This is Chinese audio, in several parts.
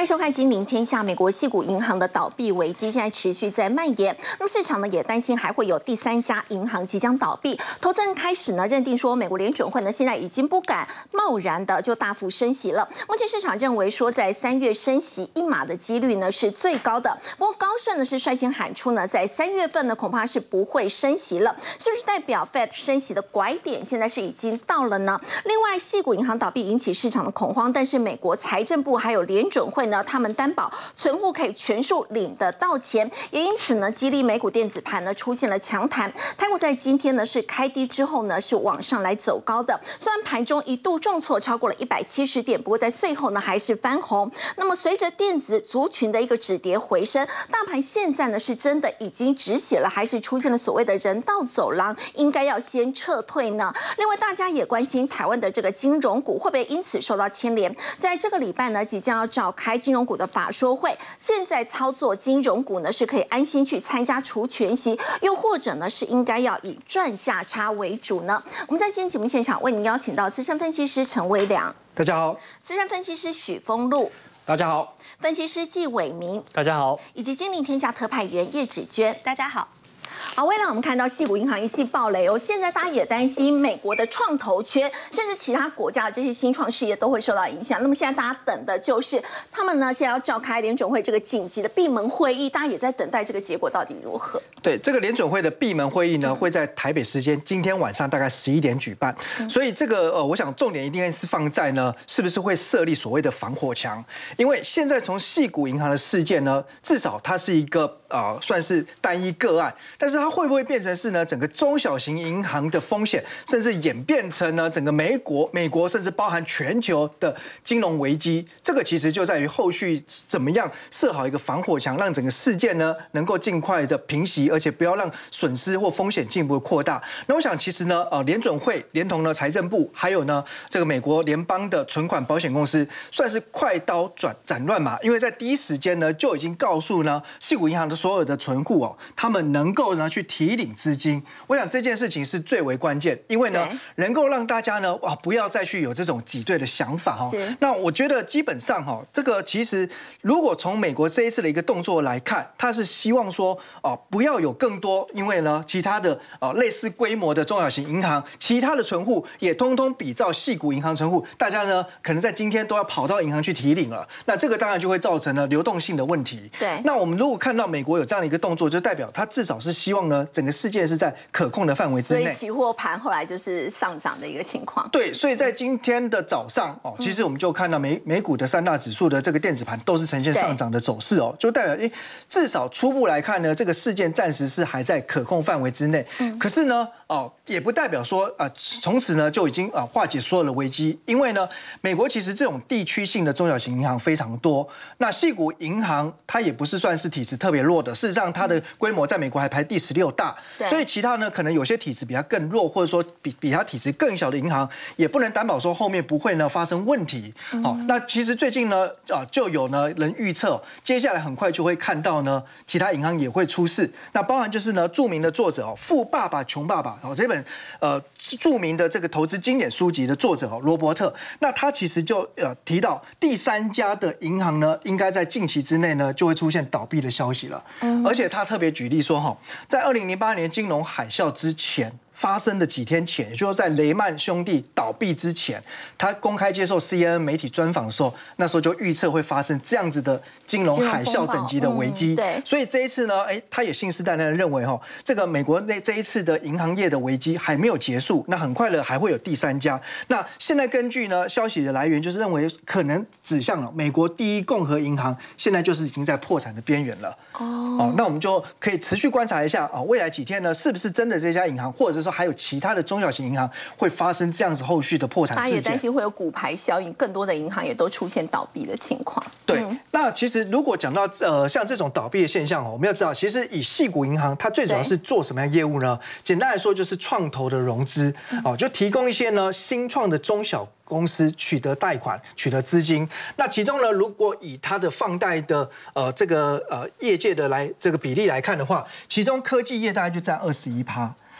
迎收看《金陵天下》。美国矽谷银行的倒闭危机现在持续在蔓延，那么市场呢也担心还会有第3家银行即将倒闭。投资人开始呢认定说，美国联准会呢现在已经不敢贸然的就大幅升息了。目前市场认为说，在3月升息1码的几率呢是最高的。不过高盛呢是率先喊出呢，在3月份呢恐怕是不会升息了，是不是代表 Fed 升息的拐点现在是已经到了呢？另外，矽谷银行倒闭引起市场的恐慌，但是美国财政部还有联准会呢，他们担保存户可以全数领得到钱，也因此呢，激励美股电子盘呢出现了强弹。台股在今天呢是开低之后呢是往上来走高的，虽然盘中一度重挫超过了170点，不过在最后呢还是翻红。那么随着电子族群的一个止跌回升，大盘现在呢是真的已经止血了，还是出现了所谓的人道走廊，应该要先撤退呢？另外，大家也关心台湾的这个金融股会不会因此受到牵连？在这个礼拜呢，即将要召开金融股的法说会，现在操作金融股呢是可以安心去参加除权息，又或者呢是应该要以赚价差为主呢？我们在今天节目现场为您邀请到资深分析师陈威良， 大家好； 资深分析师许峰路， 大家好； 分析师纪伟明， 大家好； 以及金陵天下特派员叶芷娟，大家好。好，未来我们看到矽谷银行一系爆雷哦，现在大家也担心美国的创投圈，甚至其他国家的这些新创事业都会受到影响。那么现在大家等的就是他们呢，现在要召开联准会这个紧急的闭门会议，大家也在等待这个结果到底如何。 对，这个联准会的闭门会议呢，会在台北时间今天晚上大概11点举办。所以这个我想重点一定是放在呢，是不是会设立所谓的防火墙？因为现在从矽谷银行的事件呢，至少它是一个算是单一个案，但是它会不会变成是呢整个中小型银行的风险，甚至演变成呢整个美国甚至包含全球的金融危机？这个其实就在于后续怎么样设好一个防火墙，让整个事件呢能够尽快的平息，而且不要让损失或风险进一步扩大。那我想其实呢联准会连同呢财政部，还有呢这个美国联邦的存款保险公司，算是快刀斩乱麻，因为在第一时间呢就已经告诉呢矽谷银行的所有的存户哦，他们能够呢去提领资金。我想这件事情是最为关键，因为呢能够让大家呢不要再去有这种挤兑的想法哈。那我觉得基本上哈，这个其实如果从美国这一次的一个动作来看，他是希望说不要有更多，因为呢其他的类似规模的中小型银行，其他的存户也通通比照矽谷银行存户，大家呢可能在今天都要跑到银行去提领了。那这个当然就会造成了流动性的问题。 对， 那我们如果看到美国有这样的一个动作，就代表他至少是希望呢整个世界是在可控的范围之内。 所以期货盘后来就是上涨的一个情况。 对，所以在今天的早上其实我们就看到美股的3大指数的这个电子盘都是呈现上涨的走势就代表至少初步来看呢，这个事件暂时是还在可控范围之内。可是呢也不代表说从此呢就已经化解所有的危机，因为呢美国其实这种地区性的中小型银行非常多。那矽谷银行它也不是算是体质特别弱的，事实上它的规模在美国还排第16大，所以其他呢可能有些体质比它更弱，或者说比它体质更小的银行，也不能担保说后面不会呢发生问题。那其实最近呢就有呢人预测，接下来很快就会看到呢其他银行也会出事。那包含就是呢著名的作者富爸爸穷爸爸这本著名的这个投资经典书籍的作者罗伯特，那他其实就提到第3家的银行呢，应该在近期之内呢就会出现倒闭的消息了。而且他特别举例说在2008年金融海啸之前发生的几天前，也就是在雷曼兄弟倒闭之前，他公开接受 CNN 媒体专访的时候，那时候就预测会发生这样子的金融海啸等级的危机。 对， 所以这一次呢，他也信誓旦旦的认为这个美国这一次的银行业的危机还没有结束，那很快的还会有第3家。那现在根据呢消息的来源，就是认为可能指向了美国第一共和银行现在就是已经在破产的边缘了。那我们就可以持续观察一下未来几天呢，是不是真的这家银行，或者说还有其他的中小型银行会发生这样子后续的破产事件？ 大家也担心会有骨牌效应，更多的银行也都出现倒闭的情况。 对，那其实如果讲到像这种倒闭的现象我们要知道，其实以矽谷银行它最主要是做什么样的业务呢？简单来说就是创投的融资就提供一些呢新创的中小公司取得贷款、取得资金。那其中呢，如果以它的放贷的这个业界的这个比例来看的话，其中科技业大概就占21%。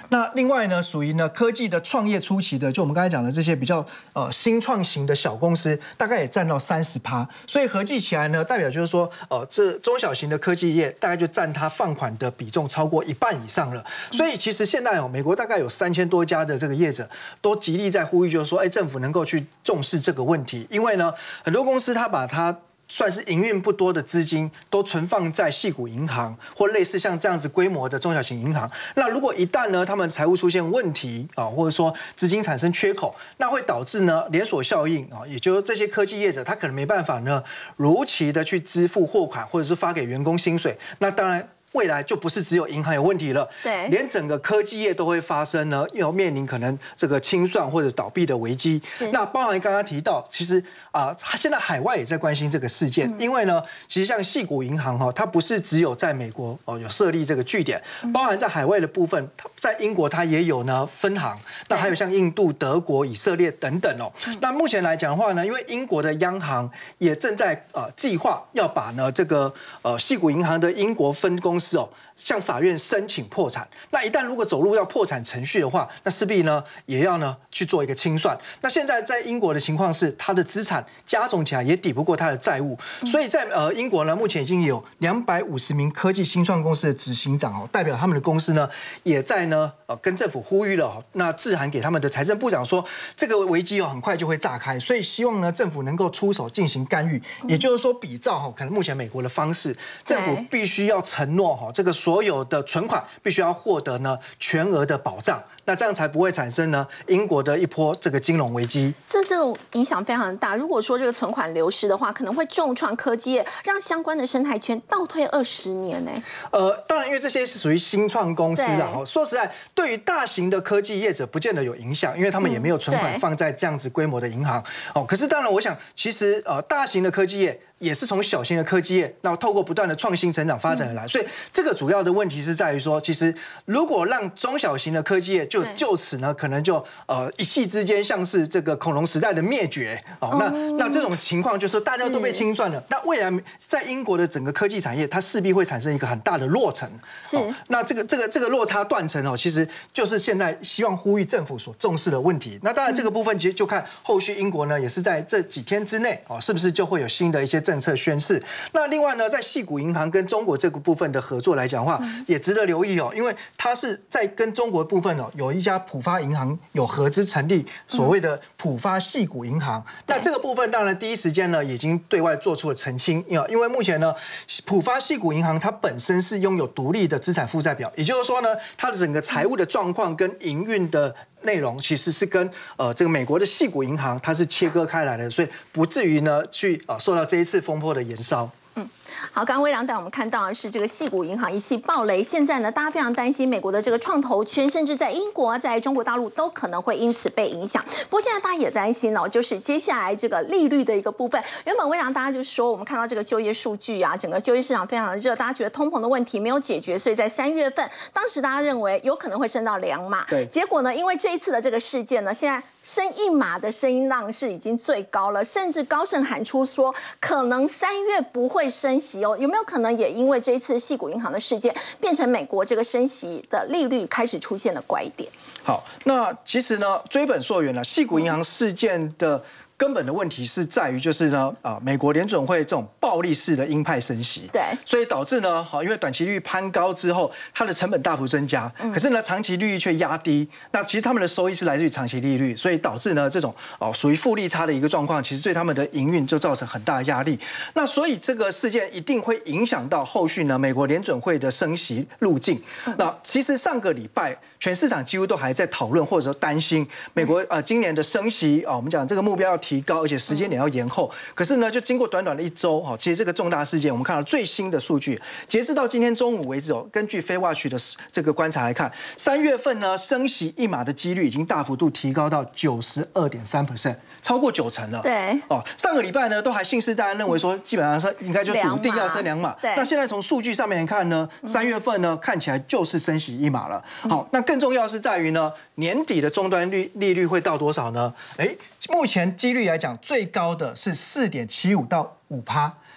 那另外呢，属于呢科技的创业初期的，就我们刚才讲的这些比较新创型的小公司，大概也占到30%，所以合计起来呢，代表就是说，这中小型的科技业大概就占它放款的比重超过1半以上了。所以其实现在美国大概有3000多家的这个业者都极力在呼吁，就是说，政府能够去重视这个问题，因为呢，很多公司它把它算是营运不多的资金都存放在矽谷银行或类似像这样子规模的中小型银行。那如果一旦呢他们财务出现问题啊，或者说资金产生缺口，那会导致呢连锁效应啊，也就是这些科技业者他可能没办法呢如期的去支付货款或者是发给员工薪水。那当然，未来就不是只有银行有问题了， 对， 连整个科技业都会发生呢，要面临可能这个清算或者倒闭的危机。那包含刚刚提到，其实现在海外也在关心这个事件，因为呢，其实像矽谷银行它不是只有在美国有设立这个据点，包含在海外的部分，在英国它也有呢分行，那还有像印度、德国、以色列等等哦。那目前来讲的话呢，因为英国的央行也正在计划要把呢这个矽谷银行的英国分公司向法院申请破产。那一旦如果走入要破产程序的话，那势必呢也要呢去做一个清算。那现在在英国的情况是，它的资产加总起来也抵不过它的债务，所以在英国呢，目前已经有250名科技新创公司的执行长代表他们的公司呢，也在呢跟政府呼吁了，那致函给他们的财政部长说，这个危机很快就会炸开，所以希望呢政府能够出手进行干预。也就是说，比照可能目前美国的方式，政府必须要承诺这个所有的存款必须要获得呢全额的保障。那这样才不会产生呢英国的一波这个金融危机。 这个影响非常的大。如果说这个存款流失的话，可能会重创科技业，让相关的生态圈倒退20年呢。 当然，因为这些是属于新创公司说实在，对于大型的科技业者不见得有影响，因为他们也没有存款放在这样子规模的银行。可是当然，我想其实大型的科技业也是从小型的科技业，那透过不断的创新成长发展而来。所以这个主要的问题是在于说，其实如果让中小型的科技业就此呢，可能就一夕之间像是这个恐龙时代的灭绝那这种情况就是大家都被清算了。那未来在英国的整个科技产业，它势必会产生一个很大的落成。那这个落差断层其实就是现在希望呼吁政府所重视的问题。那当然这个部分其实就看后续英国呢也是在这几天之内是不是就会有新的一些政策宣示。那另外呢，在矽谷银行跟中国这个部分的合作来讲的话，也值得留意因为它是在跟中国部分有一家浦发银行有合资成立所谓的浦发矽谷银行。那这个部分当然第一时间呢已经对外做出了澄清，因为目前呢浦发矽谷银行它本身是拥有独立的资产负债表，也就是说呢它的整个财务的状况跟营运的内容其实是跟这个美国的矽谷银行它是切割开来的，所以不至于呢去受到这一次风波的延烧。 好，刚刚微良带我们看到的是这个矽谷银行一系暴雷，现在呢，大家非常担心美国的这个创投圈，甚至在英国、在中国大陆都可能会因此被影响。不过现在大家也担心就是接下来这个利率的一个部分。原本微良大家就说，我们看到这个就业数据啊，整个就业市场非常的热，大家觉得通膨的问题没有解决，所以在3月份，当时大家认为有可能会升到2码。 对， 结果呢，因为这一次的这个事件呢，现在升1码的声音浪是已经最高了，甚至高盛喊出说，可能3月不会升息有没有可能也因为这一次矽谷银行的事件，变成美国这个升息的利率开始出现了拐点？ 好，那其实呢，追本溯源矽谷银行事件的根本的问题是在于，就是呢，美国联准会这种暴力式的鹰派升息， 对， 所以导致呢，因为短期利率攀高之后，它的成本大幅增加，可是呢，长期利率却压低，那其实他们的收益是来自于长期利率，所以导致呢，这种属于负利差的一个状况，其实对他们的营运就造成很大的压力。那所以这个事件一定会影响到后续呢，美国联准会的升息路径。那其实上个礼拜，全市场几乎都还在讨论或者说担心美国今年的升息我们讲这个目标要提高，而且时间点要延后。可是呢，就经过短短的1周其实这个重大事件，我们看到最新的数据，截至到今天中午为止根据 FedWatch 的这个观察来看，3月份呢升息1码的几率已经大幅度提高到92.3%，超过90%了。 对上个礼拜呢都还信誓旦旦认为说基本上是应该就笃定要升2码。那现在从数据上面看呢，3月份呢看起来就是升息1码了。好，那更重要是在于呢，年底的终端利率会到多少呢？目前几率来讲最高的是4.75到5%。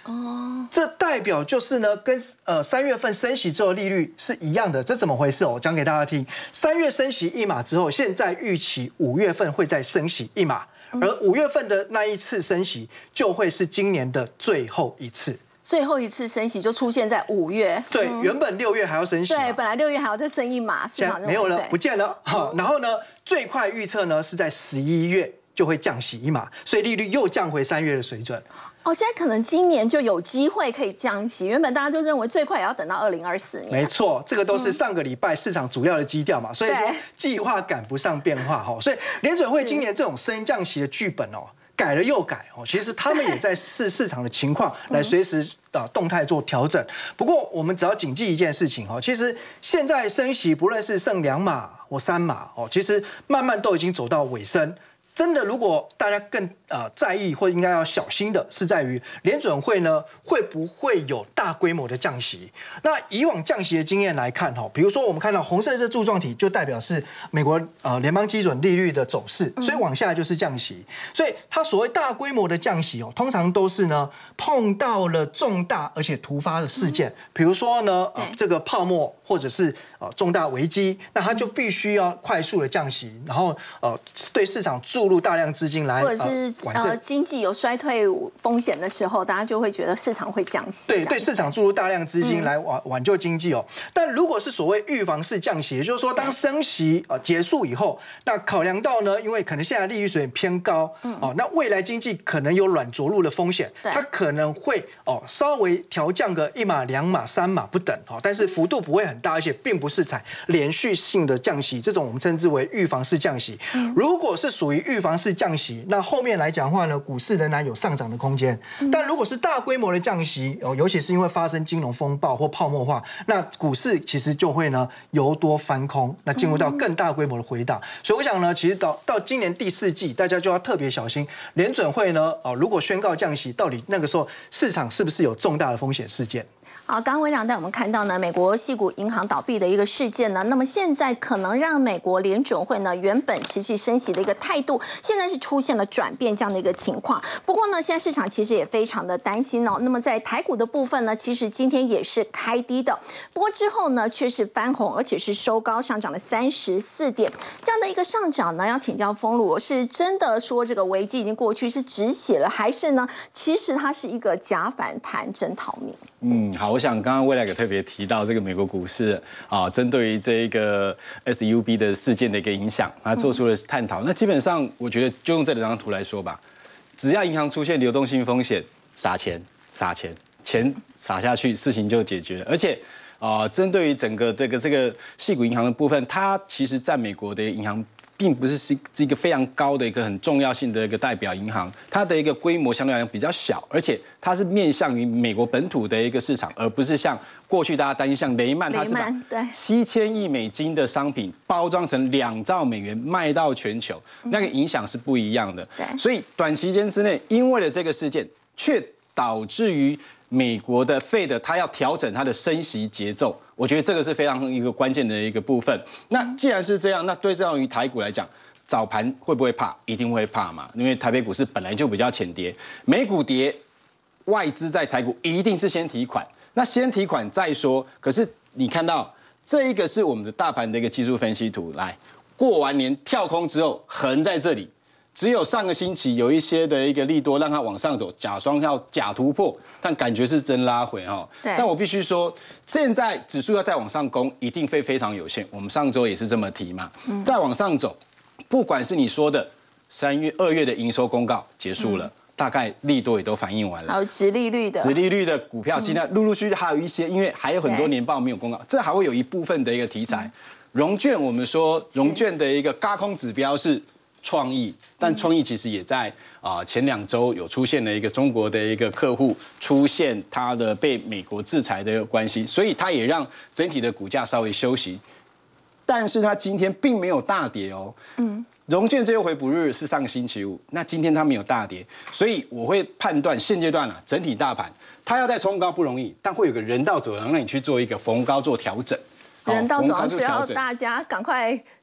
这代表就是呢，跟3月份升息之后利率是一样的，这怎么回事哦？我讲给大家听。3月升息1码之后，现在预期5月份会再升息1码，而5月份的那一次升息就会是今年的最后一次。 最后一次升息就出现在5月， 对，原本6月还要升息， 对，本来6月还要再升1码， 现在没有了，不见了。好，然后呢，最快预测呢是在11月就会降息1码，所以利率又降回3月的水准。 哦，现在可能今年就有机会可以降息，原本大家就认为最快也要等到2024年。 没错，这个都是上个礼拜市场主要的基调嘛，所以说计划赶不上变化哈，所以联准会今年这种升降息的剧本哦。改了又改哦，其实他们也在视市场的情况来随时动态做调整。不过我们只要谨记一件事情哦，其实现在升息不论是剩2码或3码哦，其实慢慢都已经走到尾声。真的，如果大家更在意或应该要小心的是在于联准会呢会不会有大规模的降息？那以往降息的经验来看哈，比如说我们看到红色这柱状体就代表是美国联邦基准利率的走势，所以往下就是降息。所以它所谓大规模的降息哦，通常都是呢碰到了重大而且突发的事件，比如说呢这个泡沫或者是重大危机，那它就必须要快速的降息，然后对市场注入大量资金来， 或者是经济有衰退风险的时候，大家就会觉得市场会降息。 对市场注入大量资金来挽救经济哦。但如果是所谓预防式降息，也就是说当升息结束以后，那考量到呢，因为可能现在利率水平偏高，那未来经济可能有软着陆的风险，它可能会稍微调降个1码、2码、3码不等，但是幅度不会很大，而且并不是采连续性的降息，这种我们称之为预防式降息。如果是属于预防式降息，那后面来讲的话呢，股市仍然有上涨的空间。但如果是大规模的降息，尤其是因为发生金融风暴或泡沫化，那股市其实就会呢由多翻空，那进入到更大规模的回档。所以我想呢，其实到今年第4季，大家就要特别小心，联准会呢如果宣告降息，到底那个时候市场是不是有重大的风险事件？ 好，刚刚微良带我们看到呢，美国矽谷银行倒闭的一个事件呢，那么现在可能让美国联准会呢原本持续升息的一个态度，现在是出现了转变这样的一个情况。不过呢，现在市场其实也非常的担心哦。那么在台股的部分呢，其实今天也是开低的，不过之后呢却是翻红，而且是收高上涨了34点，这样的一个上涨呢，要请教丰鲁，是真的说这个危机已经过去是止血了，还是呢其实它是一个假反弹真逃命？ 好，我想刚刚未来有特别提到这个美国股市针对于这一个 SUB 的事件的一个影响，他做出了探讨。那基本上我觉得就用这两张图来说吧，只要银行出现流动性风险，撒钱，钱撒下去，事情就解决了。而且针对于整个这个矽谷银行的部分，它其实在美国的银行并不是一个非常高的一个很重要性的一个代表银行，它的一个规模相对来讲比较小，而且它是面向于美国本土的一个市场，而不是像过去大家担心像雷曼，它是把7000亿美金的商品包装成2兆美元卖到全球，那个影响是不一样的。所以短期间之内，因为了这个事件，却导致于美国的 Fed 它要调整它的升息节奏，我觉得这个是非常一个关键的一个部分。那既然是这样，那对照于台股来讲，早盘会不会怕？一定会怕嘛，因为台北股市本来就比较浅跌，美股跌，外资在台股一定是先提款，那先提款再说。可是你看到这一个是我们的大盘的一个技术分析图，来过完年跳空之后横在这里。只有上个星期有一些的一个利多让它往上走，假装要假突破，但感觉是真拉回哈。但我必须说，现在指数要再往上攻，一定会非常有限。我们上周也是这么提嘛，再往上走，不管是你说的2月的营收公告结束了，大概利多也都反映完了。 还有殖利率的股票，现在陆陆续续还有一些，因为还有很多年报没有公告，这还会有一部分的一个题材。融券，我们说融券的一个軋空指标是创意，但创意其实也在前2周有出现了一个中国的一个客户出现他的被美国制裁的关系，所以它也让整体的股价稍微休息，但是它今天并没有大跌哦。融券最后回补日是上星期五，那今天它没有大跌，所以我会判断现阶段整体大盘它要再冲高不容易，但会有个人道走廊让你去做一个逢高做调整。 人道走廊是要大家赶快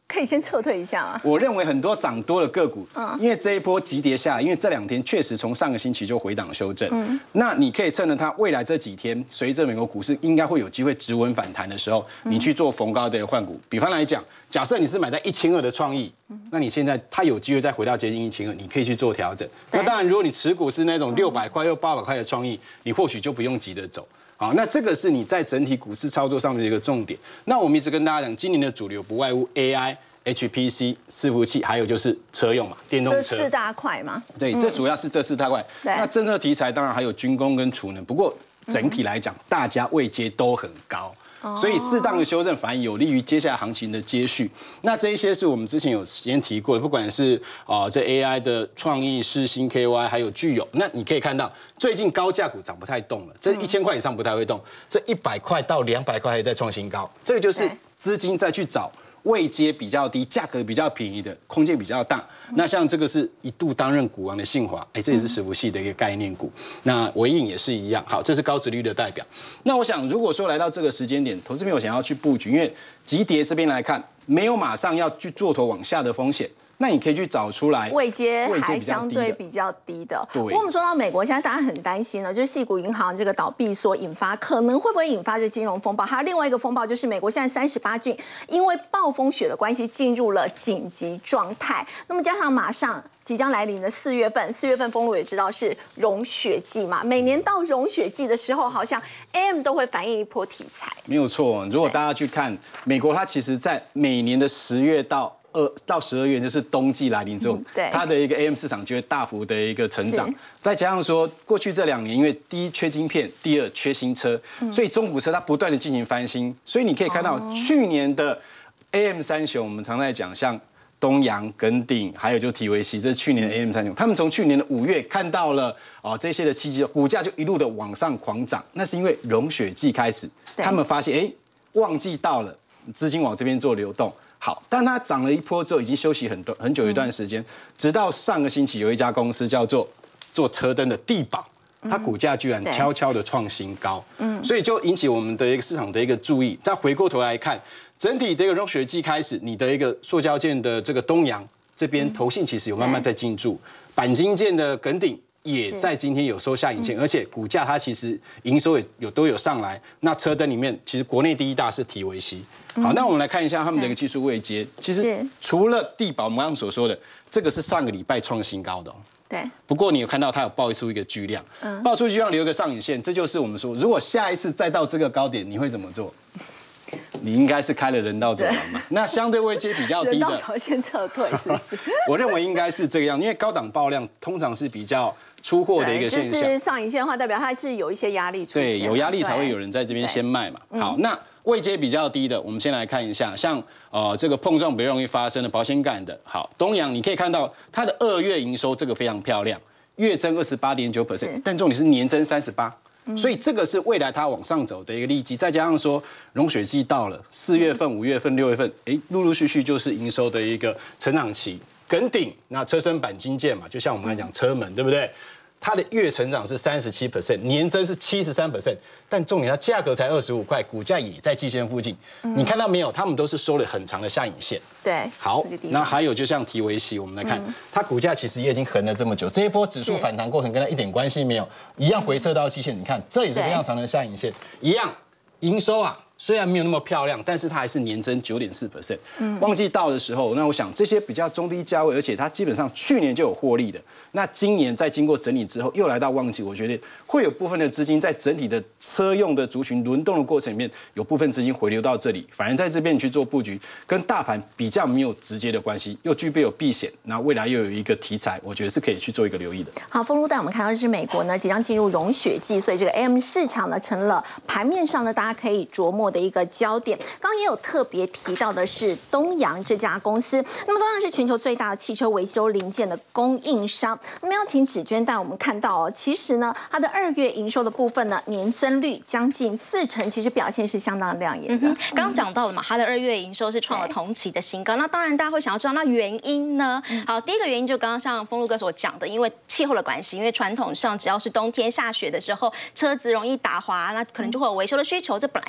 可以先撤退一下啊。 我认为很多涨多的个股，因为这一波急跌下来，因为这2天确实从上个星期就回档修正，那你可以趁着它未来这几天，随着美国股市应该会有机会止稳反弹的时候，你去做逢高的换股。比方来讲，假设你是买在1200的创意，那你现在它有机会再回到接近1200，你可以去做调整。那当然，如果你持股是那种600块又800块的创意，你或许就不用急着走。好，那这个是你在整体股市操作上面的一个重点。那我们一直跟大家讲，今年的主流不外乎 AI、HPC、伺服器，还有就是车用嘛，电动车。 这4大块嘛。 对，这主要是这4大块。那政策题材当然还有军工跟储能，不过整体来讲，大家位阶都很高。所以适当的修正反而有利于接下来行情的接续。那这一些是我们之前有先提过的，不管是这 AI 的创意、世芯 KY 还有具有，那你可以看到最近高价股涨不太动了，这1000块以上不太会动，这100块到200块还在创新高，这个就是资金再去找位阶比较低、价格比较便宜的，空间比较大。那像这个是一度担任股王的信华，这也是伺服器的一个概念股。那微影也是一样，好，这是高殖率的代表。那我想，如果说来到这个时间点，投资朋友想要去布局，因为急跌这边来看，没有马上要去做头往下的风险。那你可以去找出来位阶还相对比较低的。 对， 我们说到美国，现在大家很担心呢，就是矽谷银行这个倒闭所引发，可能会不会引发这金融风暴？还有另外一个风暴，就是美国现在38郡因为暴风雪的关系进入了紧急状态。那么加上马上即将来临的4月份，4月份封路也知道是融雪季嘛，每年到融雪季的时候，好像 AM 都会反映一波题材。 没有错，如果大家去看美国，它其实在每年的10月到12月，就是冬季来临之后，它的一个 AM 市场就会大幅的一个成长。再加上说，过去这2年，因为第一缺晶片，第二缺新车，所以中古车它不断的进行翻新。所以你可以看到去年的 AM 三雄，我们常在讲像东阳、耿鼎，还有就体维西，这是去年的 AM 三雄。他们从去年的5月看到了这些的契机，股价就一路的往上狂涨。那是因为融雪季开始，他们发现旺季到了，资金往这边做流动。好，但它涨了一波之后，已经休息很久一段时间，直到上个星期有一家公司叫做做车灯的地保，它股价居然悄悄的创新高，所以就引起我们的一个市场的一个注意。再回过头来看，整体的一个融雪季开始，你的一个塑胶件的这个东阳这边投信其实有慢慢在进驻，钣金件的耿鼎也在今天有收下影线，而且股价它其实营收都有上来。那车灯里面，其实国内第一大是体维西。好，那我们来看一下他们的一个技术位阶。其实除了地保，我们刚刚所说的这个是上个礼拜创新高的哦。 对。 不过你有看到它有爆出一个巨量，爆出巨量留一个上影线，这就是我们说，如果下一次再到这个高点，你会怎么做？你应该是开了人道走廊嘛？那相对位阶比较低的， 人道走廊先撤退，是不是？ 我认为应该是这个样，因为高档爆量通常是比较出货的一个现象。 就是上影线的话，代表它是有一些压力出现。 对，有压力才会有人在这边先卖嘛。好，那位阶比较低的，我们先来看一下，像这个碰撞比较容易发生的保险杆的，好，东阳你可以看到它的2月营收这个非常漂亮，月增28.9%，但重点是年增38%。所以这个是未来它往上走的一个利基，再加上说融雪季到了，4月份、5月份、6月份，陆陆续续就是营收的一个成长期。耿鼎那车身钣金件嘛，就像我们刚才讲车门，对不对？它的月成长是37%，年增是73%，但重点它价格才25块，股价也在季线附近。你看到没有？他们都是收了很长的下影线。 对， 好，那还有就像体维西，我们来看，它股价其实也已经横了这么久，这一波指数反弹过程跟它一点关系没有，一样回撤到季线。你看，这也是非常长的下影线，一样营收啊。虽然没有那么漂亮，但是它还是年增9.4%。旺季到的时候，那我想这些比较中低价位，而且它基本上去年就有获利的，那今年在经过整理之后，又来到旺季，我觉得会有部分的资金在整体的车用的族群轮动的过程里面，有部分资金回流到这里，反而在这边你去做布局，跟大盘比较没有直接的关系，又具备有避险，那未来又有一个题材，我觉得是可以去做一个留意的。 好，丰路带我们看到的是美国呢即将进入融雪季，所以这个 AM 市场呢成了盘面上呢大家可以琢磨的一个焦点。刚刚也有特别提到的是东阳这家公司，那么东阳是全球最大的汽车维修零件的供应商。那么要请芷娟带我们看到其实呢它的2月营收的部分呢年增率将近40%，其实表现是相当亮眼的。 刚刚讲到了嘛，它的2月营收是创了同期的新高。那当然大家会想要知道那原因呢？好，第一个原因就刚刚像丰路哥所讲的，因为气候的关系，因为传统上只要是冬天下雪的时候，车子容易打滑，那可能就会有维修的需求，这本来就是它的传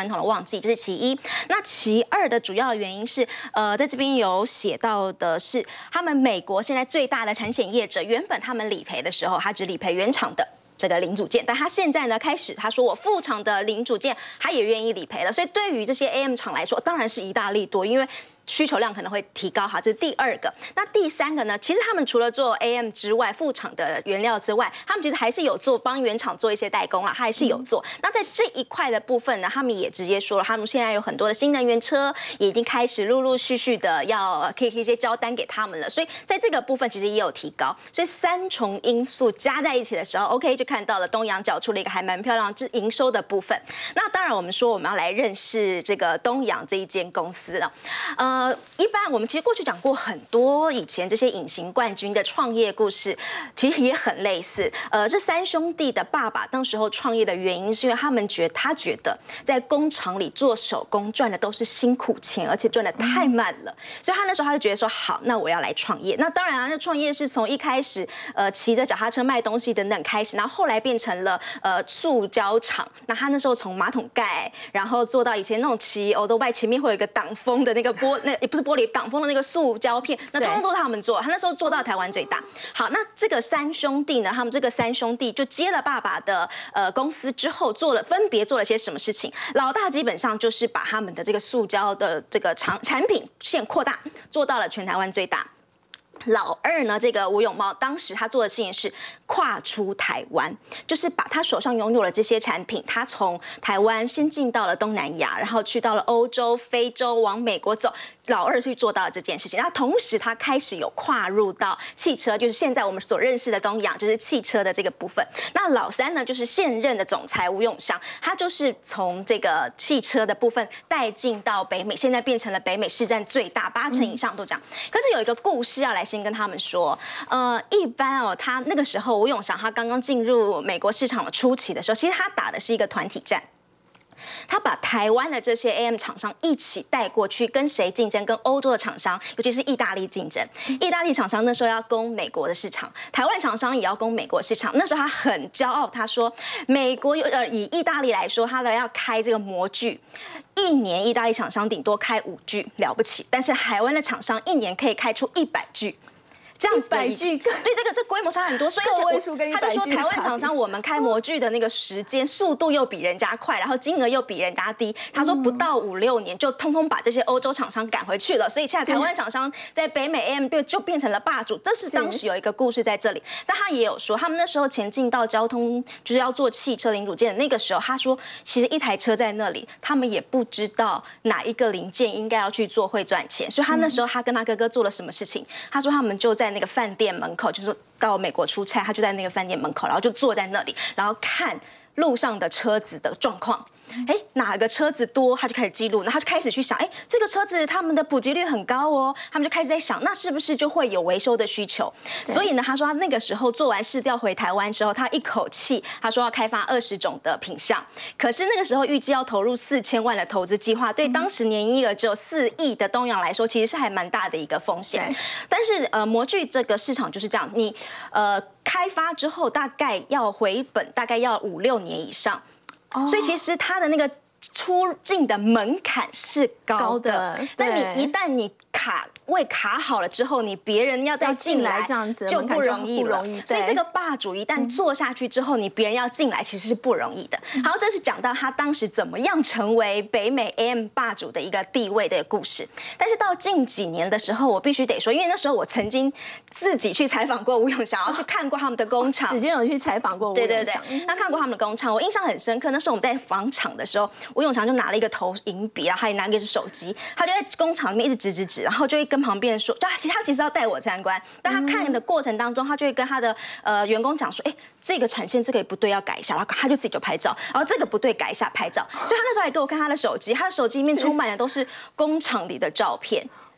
传统的旺季，这是其一。那其二的主要的原因是，在这边有写到的是，他们美国现在最大的产险业者，原本他们理赔的时候，他只理赔原厂的这个零组件，但他现在呢开始他说我副厂的零组件他也愿意理赔了，所以对于这些 AM 厂来说，当然是一大利多，因为需求量可能会提高哈，这是第二个。那第三个呢？其实他们除了做 AM 之外，副厂的原料之外，他们其实还是有做帮原厂做一些代工啦，还是有做。那在这一块的部分呢，他们也直接说了，他们现在有很多的新能源车也已经开始陆陆续续的要可以一些交单给他们了，所以在这个部分其实也有提高。所以三重因素加在一起的时候 ，OK 就看到了东阳缴出了一个还蛮漂亮的营收的部分。那当然我们说我们要来认识这个东阳这一间公司了，一般我们其实过去讲过很多以前这些隐形冠军的创业故事，其实也很类似。这三兄弟的爸爸当时候创业的原因，是因为他觉得在工厂里做手工赚的都是辛苦钱，而且赚的太慢了，所以他那时候他就觉得说，好，那我要来创业。那当然啊，那创业是从一开始骑着脚踏车卖东西等等开始，然后后来变成了塑胶厂。那他那时候从马桶盖，然后做到以前那种骑欧兜拜前面会有一个挡风的那个那也不是玻璃挡风的那个塑胶片，那通通都是他们做。他那时候做到台湾最大。好，那这个三兄弟呢，他们这个三兄弟就接了爸爸的公司之后，分别做了些什么事情？老大基本上就是把他们的这个塑胶的这个产品线扩大，做到了全台湾最大。老二呢，这个吴永茂当时他做的事情是跨出台湾，就是把他手上拥有的这些产品，他从台湾先进到了东南亚，然后去到了欧洲、非洲，往美国走。老二去做到了这件事情，那同时他开始有跨入到汽车，就是现在我们所认识的东阳，就是汽车的这个部分。那老三呢，就是现任的总裁吴永祥，他就是从这个汽车的部分带进到北美，现在变成了北美市占最大，80%以上都这样。可是有一个故事要来先跟他们说，一般哦，他那个时候吴永祥他刚刚进入美国市场的初期的时候，其实他打的是一个团体战。他把台湾的这些 AM 厂商一起带过去，跟谁竞争？跟欧洲的厂商，尤其是意大利竞争。意大利厂商那时候要攻美国的市场，台湾厂商也要攻美国市场。那时候他很骄傲，他说美国以意大利来说，他要开这个模具，一年意大利厂商顶多开5具，了不起。但是台湾的厂商一年可以开出100具。这样子的 100具， 对这规模差很多，所以个位数跟100具， 他就说台湾厂商我们开模具的那个时间速度又比人家快，然后金额又比人家低。他说不到5-6年就通通把这些欧洲厂商赶回去了，所以现在台湾厂商在北美 AM 就变成了霸主。这是当时有一个故事在这里，但他也有说，他们那时候前进到交通就是要做汽车零组件的那个时候，他说其实一台车在那里，他们也不知道哪一个零件应该要去做会赚钱，所以他那时候他跟他哥哥做了什么事情？他说他们就在那个饭店门口，就是到美国出差，他就在那个饭店门口，然后就坐在那里，然后看路上的车子的状况。哪个车子多，他就开始记录，然后他就开始去想，这个车子他们的普及率很高哦，他们就开始在想，那是不是就会有维修的需求？所以呢，他说他那个时候做完市调回台湾之后，他一口气他说要开发20种的品项，可是那个时候预计要投入4000万的投资计划，对当时年营业额只有4亿的东阳来说，其实是还蛮大的一个风险。但是模具这个市场就是这样，你开发之后大概要回本，大概要5-6年以上。所以其实它的那个出境的门槛是高的，但你一旦你卡好了之后，你别人要再进来这样子就不容易了。所以这个霸主一旦做下去之后，你别人要进来其实是不容易的。好，这是讲到他当时怎么样成为北美 AM 霸主的一个地位的故事。但是到近几年的时候，我必须得说，因为那时候我曾经自己去采访过吴永祥，然后去看过他们的工厂， 直接有去采访过吴永祥。 对，他看过他们的工厂，我印象很深刻。那时候我们在访厂的时候，吴永祥就拿了一个投影笔，然后还拿一个手机，他就在工厂里面一直指，然后就会跟旁边人说，他其实要带我参观，但他看的过程当中，他就会跟他的员工讲说，这个产线这个不对要改一下，然后他就自己就拍照，然后这个不对改一下拍照，所以他那时候还给我看他的手机，他的手机里面充满的都是工厂里的照片。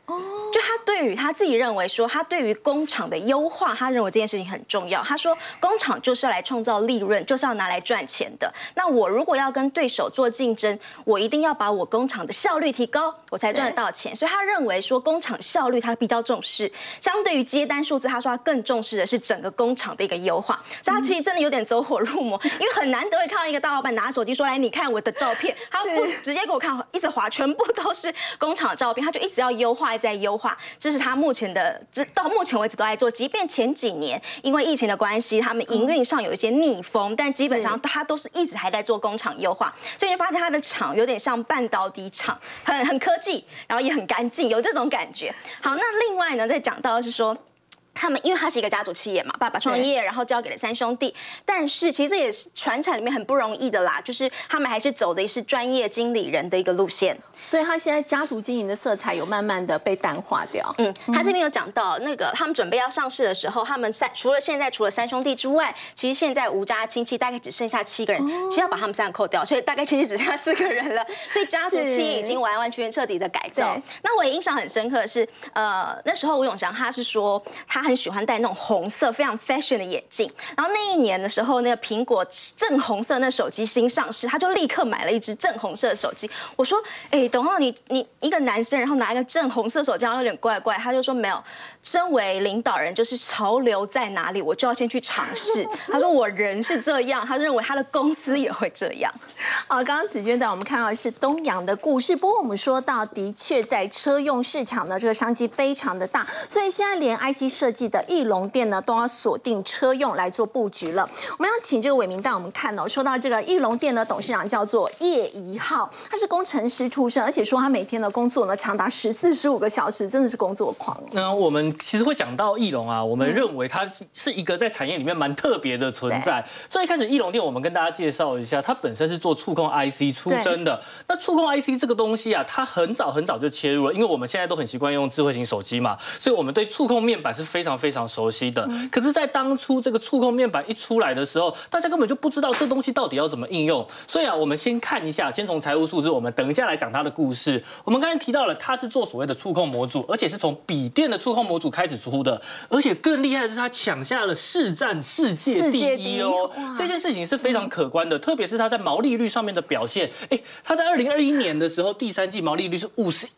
就他对于他自己认为说，他对于工厂的优化，他认为这件事情很重要。他说，工厂就是要来创造利润，就是要拿来赚钱的。那我如果要跟对手做竞争，我一定要把我工厂的效率提高，我才赚得到钱。所以他认为说，工厂效率他比较重视，相对于接单数字，他说他更重视的是整个工厂的一个优化。所以他其实真的有点走火入魔，因为很难得会看到一个大老板拿手机说，来你看我的照片，他不直接给我看，一直滑，全部都是工厂的照片，他就一直要优化，一直在优化。这是他目前的，到目前为止都在做。即便前几年因为疫情的关系，他们营运上有一些逆风，但基本上他都是一直还在做工厂优化。所以你发现他的厂有点像半导体厂，很科技，然后也很干净，有这种感觉。好，那另外呢，再讲到的是说，他们因为他是一个家族企业嘛，爸爸创业，然后交给了3兄弟，但是其实这也是传产里面很不容易的啦，就是他们还是走的是专业经理人的一个路线。 所以他现在家族经营的色彩有慢慢的被淡化掉。 他这边有讲到那个他们准备要上市的时候，他们除了3兄弟之外，其实现在吴家亲戚大概只剩下7个人，其实要把他们3个扣掉，所以大概其实只剩下4个人了。所以家族企业已经完完全全彻底的改造。那我也印象很深刻的是，那时候吴永祥他是说他很喜欢戴那种红色非常 fashion 的眼镜，然后那一年的时候，那个苹果正红色那手机新上市，他就立刻买了一只正红色的手机。我说，董浩，你一个男生，然后拿一个正红色手机，有点怪怪。他就说没有，身为领导人，就是潮流在哪里，我就要先去尝试。他说我人是这样，他认为他的公司也会这样。 好，刚刚子娟带我们看到的是东阳的故事，不过我们说到，的确在车用市场呢，这个商机非常的大，所以现在连 IC 设计的翼龙店呢，都要锁定车用来做布局了。我们要请这个伟明带我们看哦，说到这个翼龙店的董事长叫做叶怡浩，他是工程师出身，而且说他每天的工作呢长达14-15个小时，真的是工作狂。 那我们其实会讲到翼龙啊，我们认为它是一个在产业里面蛮特别的存在。所以一开始翼龙店，我们跟大家介绍一下，它本身是做触控 IC 出身的。那触控 IC 这个东西啊，它很早就切入了，因为我们现在都很习惯用智慧型手机嘛，所以我们对触控面板是非常非常熟悉的。可是，在当初这个触控面板一出来的时候，大家根本就不知道这东西到底要怎么应用。所以啊，我们先看一下，先从财务数字，我们等一下来讲它的故事。我们刚才提到了，它是做所谓的触控模组，而且是从笔电的触控模组开始出的，而且更厉害的是，它抢下了世界第一哦。这件事情是非常可观的，特别是它在毛利率上面的表现。它在2021年的时候，第3季毛利率是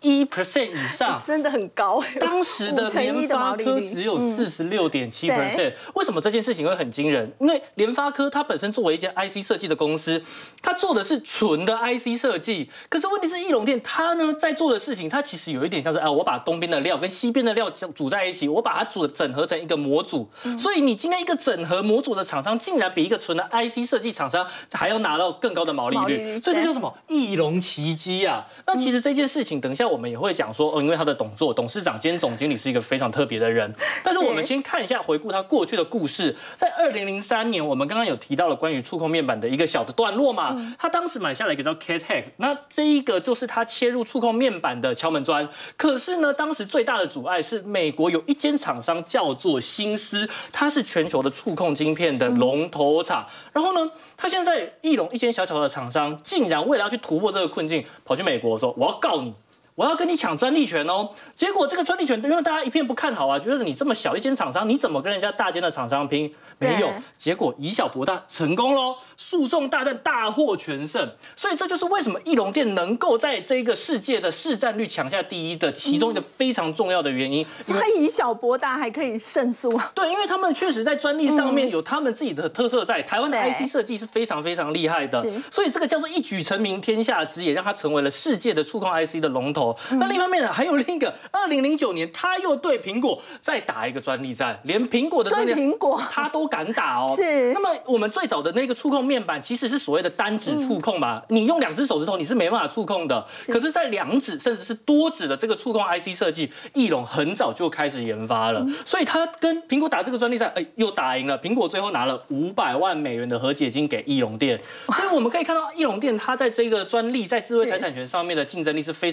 51% 以上， 真的很高。 当时的联发科只有46.7%。为什么这件事情会很惊人？因为联发科它本身作为一间 IC 设计的公司，它做的是纯的 IC 设计。可是问题是，翼龙店它呢在做的事情，它其实有一点像是我把东边的料跟西边的料煮在一起，我把它整合成一个模组。所以你今天一个整合模组的厂商，竟然比一个纯的 IC 设计厂商还要拿到更高的毛利率。所以这叫什么？翼龙奇迹啊！那其实这件事情，等一下我们也会讲说，因为他的董事长兼总经理是一个非常特别的人。但是我们先看一下回顾他过去的故事。在2003年，我们刚刚有提到了关于触控面板的一个小的段落嘛，他当时买下了一个叫 K-Tech， 那这一个就是他切入触控面板的敲门砖。可是呢，当时最大的阻碍是美国有一间厂商叫做新思，它是全球的触控晶片的龙头厂。然后呢，他现在翼龙一间小小的厂商，竟然为了要去突破这个困境，跑去美国说我要告你。我要跟你抢专利权哦！结果这个专利权，因为大家一片不看好啊，觉得你这么小一间厂商，你怎么跟人家大间的厂商拼？没有，结果以小博大，成功喽！诉讼大战大获全胜，所以这就是为什么翼龙店能够在这个世界的市占率抢下第一的其中一个非常重要的原因。 所以以小博大还可以胜诉。 对，因为他们确实在专利上面有他们自己的特色在，台湾的 IC 设计是非常非常厉害的，所以这个叫做一举成名天下知，也让他成为了世界的触控 IC 的龙头。那另一方面呢，还有另一个，2009年他又对苹果再打一个专利战，连苹果的专利他都敢打哦。 是。 那么我们最早的那个触控面板其实是所谓的单指触控嘛，你用2只手指头你是没办法触控的。可是，在2指甚至是多指的这个触控 IC 设计，翼龙很早就开始研发了，所以他跟苹果打这个专利战，又打赢了。苹果最后拿了$500万的和解金给翼龙店。所以我们可以看到翼龙店它在这个专利在智慧财产权上面的竞争力是非常非常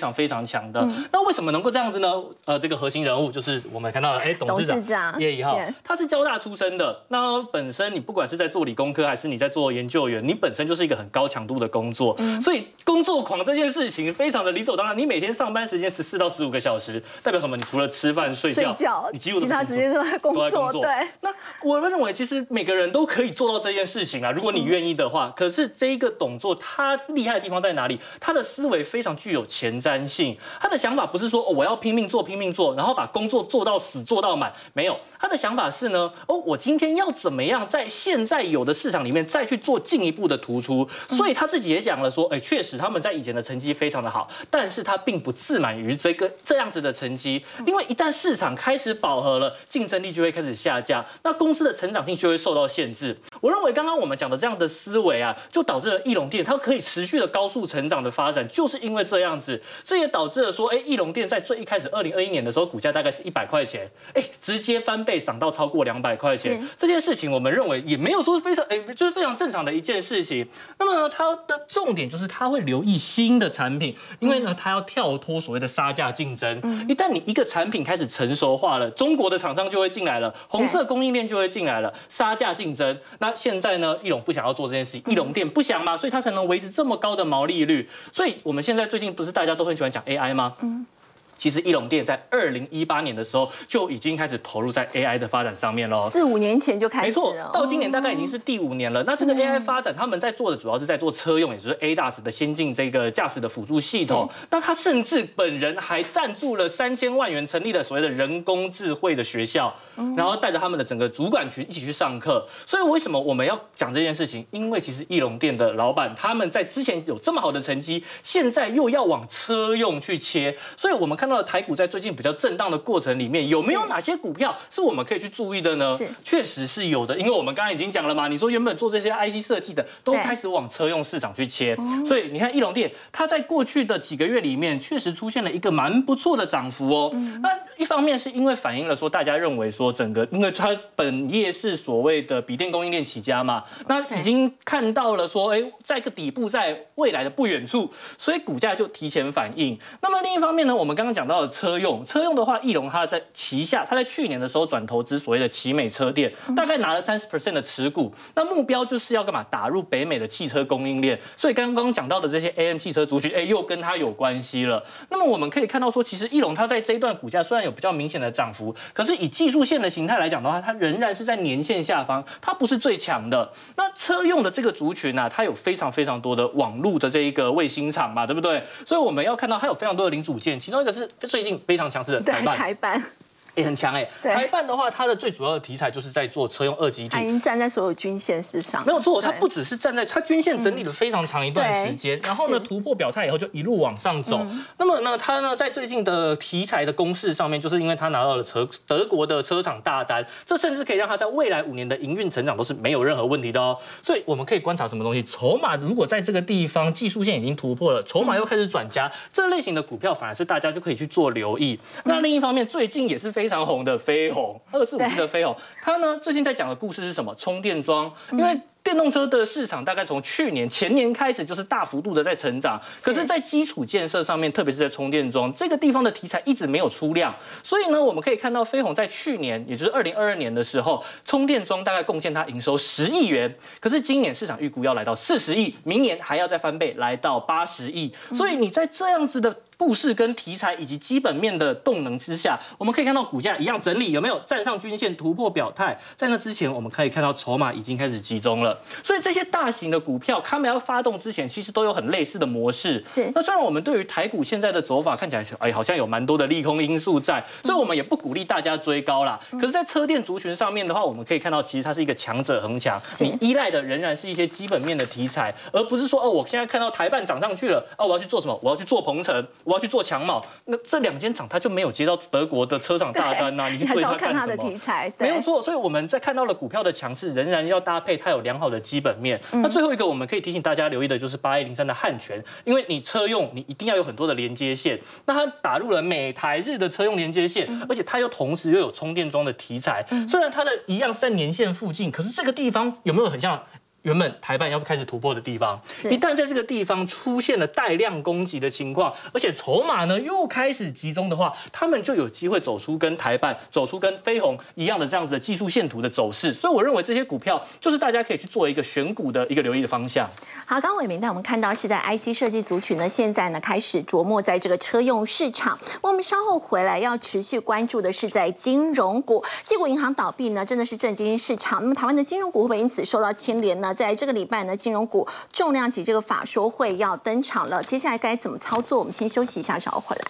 常强的。那为什么能够这样子呢？这个核心人物就是我们看到的，董事长叶一号，他是交大出身的。那本身你不管是在做理工科还是你在做研究员，你本身就是一个很高强度的工作，所以工作狂这件事情非常的理所当然。你每天上班时间14到15个小时，代表什么？你除了吃饭睡觉，你几乎其他时间都在工作。对， 那我认为其实每个人都可以做到这件事情啊，如果你愿意的话。可是这一个董座他厉害的地方在哪里？他的思维非常具有前瞻性，他的想法不是说我要拼命做，然后把工作做到死做到满，没有，他的想法是呢，我今天要怎么样在现在有的市场里面再去做进一步的突出。所以他自己也讲了说，确实他们在以前的成绩非常的好，但是他并不自满于这样子的成绩，因为一旦市场开始饱和了，竞争力就会开始下降，那公司的成长性就会受到限制。我认为刚刚我们讲的这样的思维啊，就导致了义隆电它可以持续的高速成长的发展，就是因为这样子，这也导致了说，义隆电在最一开始2021年的时候，股价大概是100块钱，直接翻倍涨到超过200块钱。这件事情我们认为也没有说非常，就是非常正常的一件事情。那么呢，它的重点就是它会留意新的产品，因为呢，它要跳脱所谓的杀价竞争。一旦你一个产品开始成熟化了，中国的厂商就会进来了，红色供应链就会进来了，杀价竞争。那现在呢，义隆不想要做这件事情，义隆电不想嘛，所以它才能维持这么高的毛利率。所以我们现在最近不是大家都很喜欢讲 AI 吗？其实义隆电在2018年的时候就已经开始投入在 AI 的发展上面了 ，4、5年前就开始了， 没错，到今年大概已经是第5年了。那这个 AI 发展，他们在做的主要是在做车用，也就是 ADAS 的先进这个驾驶的辅助系统。那他甚至本人还赞助了3000万元成立了所谓的人工智慧的学校，然后带着他们的整个主管群一起去上课。所以为什么我们要讲这件事情？因为其实义隆电的老板他们在之前有这么好的成绩，现在又要往车用去切，所以我们看到台股在最近比较震荡的过程里面，有没有哪些股票是我们可以去注意的呢？确实是有的，因为我们刚刚已经讲了嘛，你说原本做这些 IC 设计的都开始往车用市场去切，所以你看义隆电，它在过去的几个月里面确实出现了一个蛮不错的涨幅哦。那一方面是因为反映了说大家认为说整个，因为它本业是所谓的笔电供应链起家嘛，那已经看到了说，在一个底部在未来的不远处，所以股价就提前反应。那么另一方面呢，我们刚刚讲到的车用的话，义隆它在旗下，它在去年的时候转投资所谓的奇美车店，大概拿了30% 的持股。那目标就是要干嘛？打入北美的汽车供应链。所以刚刚讲到的这些 AM 汽车族群，又跟它有关系了。那么我们可以看到说，其实义隆它在这一段股价虽然有比较明显的涨幅，可是以技术线的形态来讲的话，它仍然是在年线下方，它不是最强的。那车用的这个族群啊，它有非常非常多的网路的这一个卫星厂嘛，对不对？所以我们要看到它有非常多的零组件，其中一个是最近非常强势的台办。也很强台办的话，它的最主要的题材就是在做车用2极体， 它已经站在所有均线之上。 没有错，它不只是站在它均线整理了非常长一段时间，然后呢突破表态以后就一路往上走。那么呢，它呢在最近的题材的公式上面，就是因为它拿到了德国的车厂大单，这甚至可以让它在未来5年的营运成长都是没有任何问题的哦。所以我们可以观察什么东西？筹码如果在这个地方技术线已经突破了，筹码又开始转佳，这类型的股票反而是大家就可以去做留意。那另一方面，最近也是非常红的飞鸿，2457的飞鸿，它呢最近在讲的故事是什么？充电桩，因为电动车的市场大概从前年开始就是大幅度的在成长，可是，在基础建设上面，特别是在充电桩这个地方的题材一直没有出量，所以呢，我们可以看到飞鸿在去年，也就是2022年的时候，充电桩大概贡献它营收10亿元，可是今年市场预估要来到40亿，明年还要再翻倍来到80亿，所以你在这样子的故事跟题材以及基本面的动能之下，我们可以看到股价一样整理，有没有站上均线突破表态？在那之前，我们可以看到筹码已经开始集中了。所以这些大型的股票，他们要发动之前，其实都有很类似的模式。那虽然我们对于台股现在的走法看起来好像有蛮多的利空因素在，所以我们也不鼓励大家追高啦。可是，在车电族群上面的话，我们可以看到，其实它是一个强者恒强，你依赖的仍然是一些基本面的题材，而不是说我现在看到台办涨上去了，我要去做什么？我要去做鹏程，我要去做强茂。那这2间厂它就没有接到德国的车厂大单呐，你去追它干什么？没有错，所以我们在看到了股票的强势，仍然要搭配它有良好的基本面。那最后一个我们可以提醒大家留意的就是8103的汉泉，因为你车用你一定要有很多的连接线，那它打入了美台日的车用连接线，而且它又同时又有充电桩的题材。虽然它的一样是在年线附近，可是这个地方有没有很像原本台办要开始突破的地方，一旦在这个地方出现了带量攻击的情况，而且筹码呢又开始集中的话，他们就有机会走出跟台办、走出跟飞鸿一样的这样子的技术线图的走势。所以我认为这些股票就是大家可以去做一个选股的一个留意的方向。 好，刚伟明带我们看到是在 IC 设计族群呢，现在呢开始琢磨在这个车用市场。我们稍后回来要持续关注的是在金融股，矽谷银行倒闭呢，真的是震惊市场。那么台湾的金融股会不会因此受到牵连呢？在这个礼拜呢，金融股重量级这个法说会要登场了，接下来该怎么操作？我们先休息一下，稍后回来。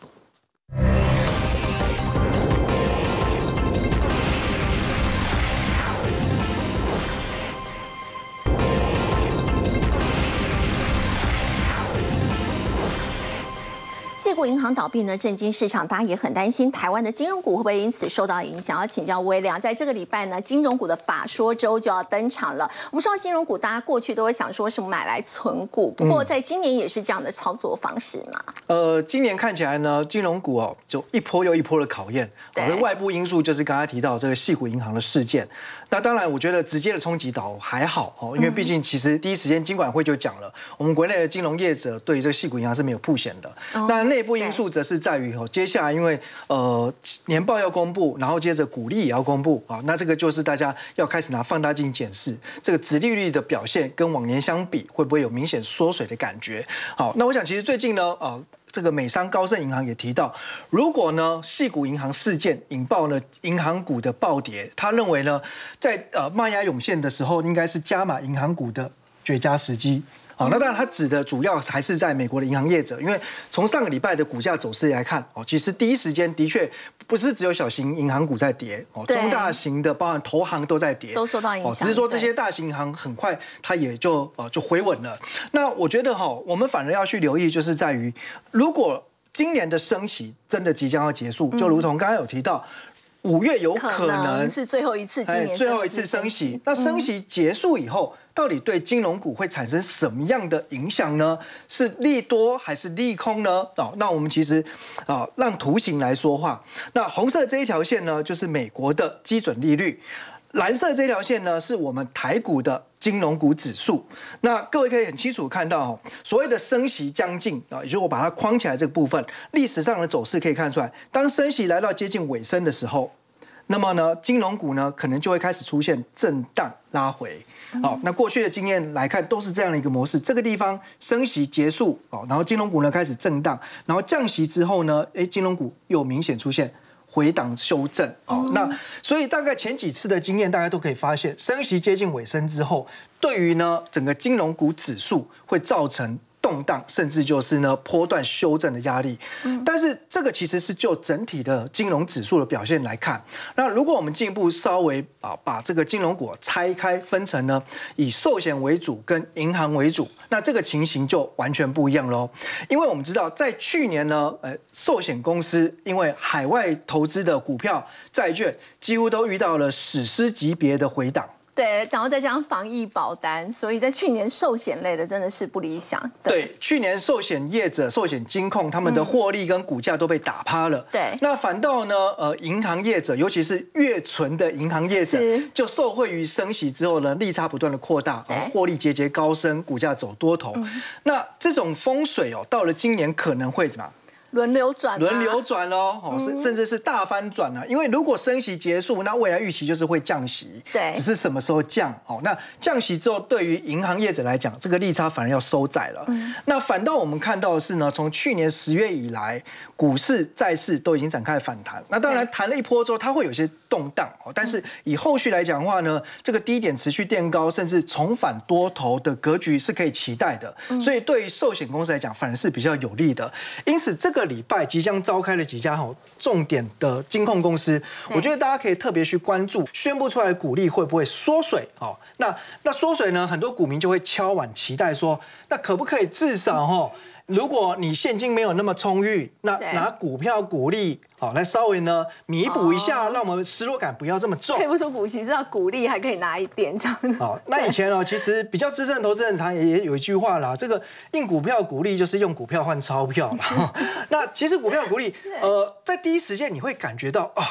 矽谷银行倒闭呢，震惊市场，大家也很担心台湾的金融股会不会因此受到影响。要请教威廉，在这个礼拜呢，金融股的法说周就要登场了。我们说到金融股，大家过去都会想说是买来存股，不过在今年也是这样的操作方式嘛。 今年看起来呢，金融股就一波又一波的考验。外部因素就是刚才提到这个矽谷银行的事件。那当然，我觉得直接的冲击倒还好因为毕竟其实第一时间金管会就讲了，我们国内的金融业者对这个矽谷银行是没有曝险的。那内部因素则是在于接下来因为年报要公布，然后接着股利也要公布那这个就是大家要开始拿放大镜检视这个殖利率的表现跟往年相比会不会有明显缩水的感觉。好，那我想其实最近呢这个美商高盛银行也提到，如果呢矽谷银行事件引爆了银行股的暴跌，他认为呢在卖压涌现的时候，应该是加码银行股的绝佳时机。那当然，它指的主要还是在美国的银行业者，因为从上个礼拜的股价走势来看，其实第一时间的确不是只有小型银行股在跌，中大型的包含投行都在跌， 都受到影响。 只是说这些大型银行很快它也就回稳了。那我觉得我们反而要去留意，就是在于如果今年的升息真的即将要结束，就如同刚刚有提到。5月有可能是最后一次，今年最后一次升息。那升息结束以后，到底对金融股会产生什么样的影响呢？是利多还是利空呢？那我们其实让图形来说话。那红色这一条线呢，就是美国的基准利率。蓝色这条线呢，是我们台股的金融股指数。那各位可以很清楚看到，所谓的升息将近也就是我把它框起来这个部分，历史上的走势可以看出来，当升息来到接近尾声的时候，那么呢，金融股呢可能就会开始出现震荡拉回。好，那过去的经验来看，都是这样的一个模式。这个地方升息结束，然后金融股呢开始震荡，然后降息之后呢，金融股又明显出现回档修正。那所以大概前几次的经验，大家都可以发现，升息接近尾声之后，对于呢整个金融股指数会造成动荡，甚至就是呢波段修正的压力。但是这个其实是就整体的金融指数的表现来看。那如果我们进一步稍微把这个金融股拆开分成呢以寿险为主跟银行为主，那这个情形就完全不一样喽。因为我们知道在去年呢寿险公司因为海外投资的股票债券几乎都遇到了史诗级别的回档。 对，然后再加上防疫保单，所以在去年寿险类的真的是不理想。 对，去年寿险业者、寿险金控他们的获利跟股价都被打趴了。 对， 那反倒呢，银行业者，尤其是越纯的银行业者，就受惠于升息之后呢，利差不断的扩大，获利节节高升，股价走多头。那这种风水到了今年可能会怎么样？ 轮流转喽，甚至是大翻转因为如果升息结束，那未来预期就是会降息， 对， 只是什么时候降那降息之后，对于银行业者来讲，这个利差反而要收窄了。那反倒我们看到的是呢，从去年10月以来，股市、债市都已经展开反弹。那当然弹了一波之后，它会有些动荡但是以后续来讲的话呢，这个低点持续垫高，甚至重返多头的格局是可以期待的。所以对于寿险公司来讲，反而是比较有利的。因此这个礼拜即将召开的几家重点的金控公司，我觉得大家可以特别去关注宣布出来的股利会不会缩水那缩水呢，很多股民就会敲碗期待说，那可不可以至少如果你现金没有那么充裕，那拿股票股利来稍微呢弥补一下，让我们失落感不要这么重。 退不出股息，至少股利还可以拿一点这样子。 那以前其实比较资深的投资人常也有一句话啦，这个印股票股利就是用股票换钞票啦。那其实股票股利在第一时间你会感觉到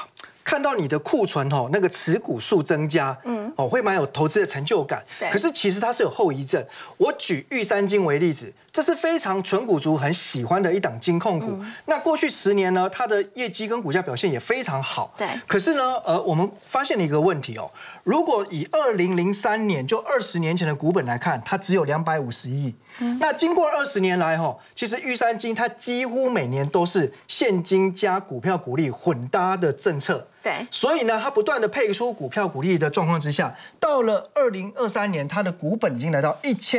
看到你的库存那个持股数增加，会蛮有投资的成就感。可是其实它是有后遗症。我举玉山金为例子，这是非常纯股族很喜欢的一档金控股。那过去10年呢，它的业绩跟股价表现也非常好。 对。 可是呢，我们发现了一个问题如果以2003年就20年前的股本来看，它只有250亿。那经过20年来其实玉山金它几乎每年都是现金加股票股利混搭的政策。 对， 所以呢，它不断的配出股票股利的状况之下，到了2023年，它的股本已经来到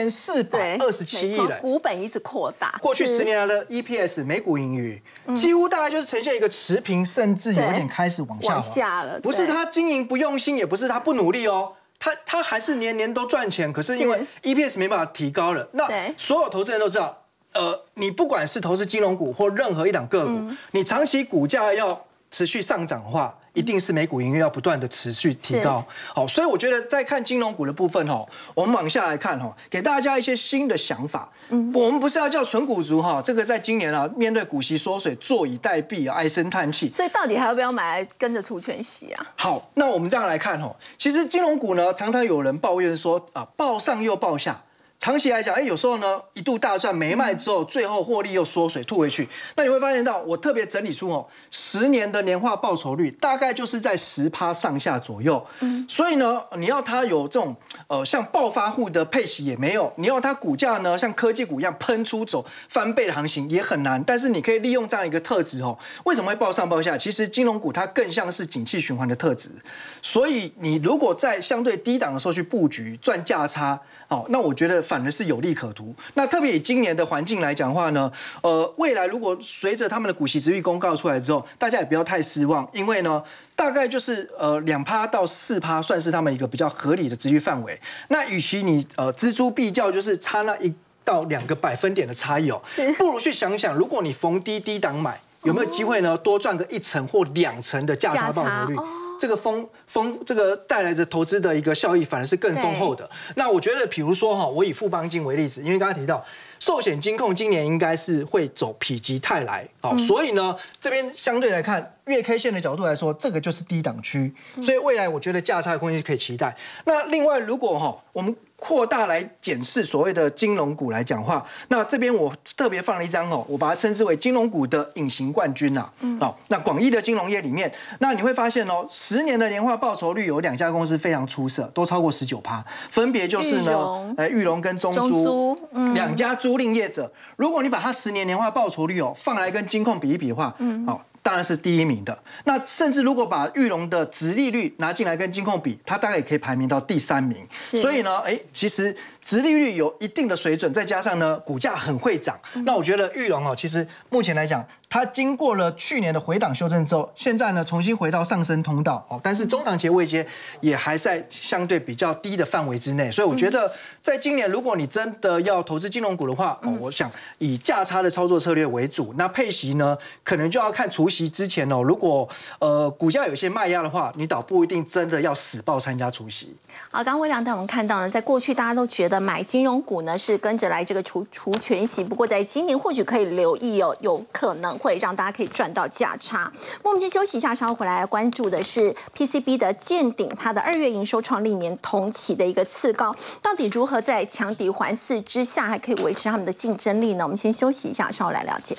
1427亿了， 股本一直扩大。 过去10年来的 EPS 每股盈余，几乎大概就是呈现一个持平，甚至有点开始往下了。 不是它经营不用心，也不是它不努力它还是年年都赚钱，可是因为 EPS 没办法提高了。那所有投资人都知道，你不管是投资金融股或任何一档个股，你长期股价要持续上涨的话，一定是每股盈余要不断的持续提高。好，所以我觉得在看金融股的部分我们往下来看给大家一些新的想法。我们不是要叫纯股族这个在今年面对股息缩水坐以待毙唉声叹气。 所以到底还要不要买来跟着除权息啊？ 好，那我们这样来看其实金融股呢，常常有人抱怨说抱上又抱下。长期来讲，有时候呢一度大赚没卖之后，最后获利又缩水吐回去。那你会发现到，我特别整理出10年的年化报酬率大概就是在10%上下左右。所以呢，你要它有这种像暴发户的配息也没有，你要它股价呢像科技股一样喷出走翻倍的行情也很难。但是你可以利用这样一个特质为什么会抱上抱下？其实金融股它更像是景气循环的特质。所以你如果在相对低档的时候去布局赚价差，那我觉得反而是有利可图。那特别以今年的环境来讲的话呢，未来如果随着他们的股息殖利率公告出来之后，大家也不要太失望，因为呢，大概就是2%到4%算是他们一个比较合理的殖利率范围。那与其你锱铢必较，就是差那1到2个百分点的差异不如去想想，如果你逢低档买，有没有机会呢多赚个1成或2成的价差报酬率？这个这个带来着投资的一个效益反而是更丰厚的。那我觉得，比如说我以富邦金为例子，因为刚才提到寿险金控今年应该是会走否极泰来所以呢，这边相对来看，月 K 线的角度来说，这个就是低档区，所以未来我觉得价差的空间可以期待。那另外，如果我们扩大来检视所谓的金融股来讲话，那这边我特别放了一张我把它称之为金融股的隐形冠军那广义的金融业里面，那你会发现10年的年化报酬率有2家公司非常出色，都超过19%，分别就是呢，裕隆跟中租2家租赁业者。如果你把它10年年化报酬率放来跟金控比一比的话，当然是第1名的。那甚至如果把裕隆的殖利率拿进来跟金控比，它大概也可以排名到第3名。所以呢，其实殖利率有一定的水准，再加上呢股价很会涨，那我觉得裕隆其实目前来讲，它经过了去年的回档修正之后，现在呢重新回到上升通道但是中长期位阶也还在相对比较低的范围之内。所以我觉得在今年，如果你真的要投资金融股的话，我想以价差的操作策略为主。那配息呢，可能就要看除息之前如果股价有些卖压的话，你倒不一定真的要死抱参加除息。 好，刚刚威良带我们看到呢，在过去大家都觉得买金融股呢是跟着来这个除权息，不过在今年或许可以留意有可能会让大家可以赚到价差。我们先休息一下，稍后回来关注的是 PCB 的见顶，它的2月营收创历年同期的一个次高，到底如何在强敌环伺之下还可以维持他们的竞争力呢？我们先休息一下，稍后来了解。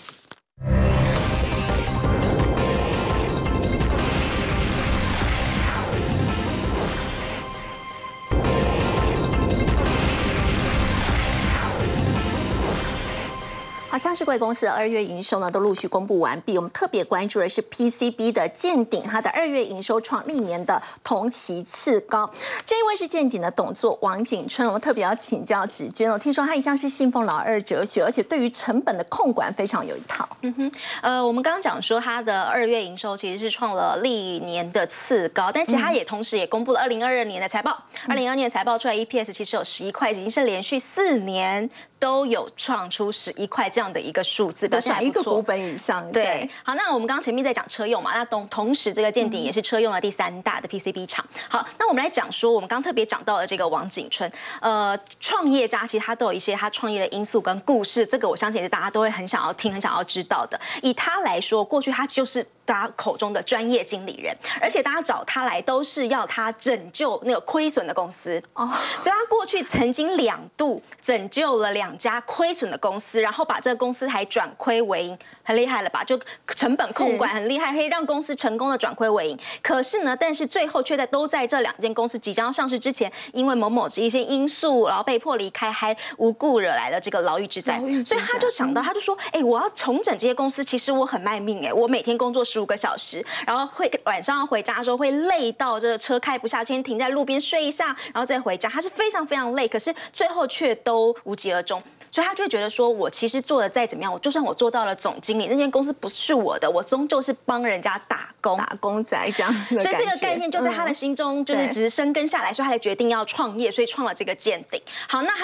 好，上市柜公司的2月营收呢都陆续公布完毕。我们特别关注的是 PCB 的见顶，它的2月营收创历年的同期次高。这一位是见顶的董座王景春，我们特别要请教芷娟听说他一向是信奉老二哲学，而且对于成本的控管非常有一套。 我们刚刚讲说它的2月营收其实是创了历年的次高，但其实它也同时也公布了2022年的财报。2022年财报出来 EPS 其实有11块，已经是连续4年都有创出11块这样的一个数字，表现还不错， 一个股本以上。 对，好，那我们刚刚前面在讲车用嘛，那同时这个见顶也是车用的第3大的 PCB 厂。好，那我们来讲说，我们刚特别讲到的这个王景春，创业家其实他都有一些他创业的因素跟故事，这个我相信也是大家都会很想要听、很想要知道的。以他来说，过去他就是大家口中的专业经理人，而且大家找他来都是要他拯救那个亏损的公司哦，所以他过去曾经2度拯救了2家亏损的公司，然后把这个公司还转亏为盈，很厉害了吧？就成本控管很厉害，可以让公司成功的转亏为盈。可是呢，但是最后却都在这2间公司即将要上市之前，因为某一些因素，然后被迫离开，还无故惹来了这个牢狱之灾。所以他就想到，他就说，我要重整这些公司，其实我很卖命我每天工作15个小时，然后晚上要回家的时候会累到这个车开不下，先停在路边睡一下，然后再回家，他是非常非常累，可是最后却都无疾而终。所以他就会觉得说，我其实做的再怎么样，就算我做到了总经理，那间公司不是我的，我终究是帮人家打工仔这样。所以这个概念就在他的心中就是只是生根下来，所以他才决定要创业，所以创了这个健鼎。好，那他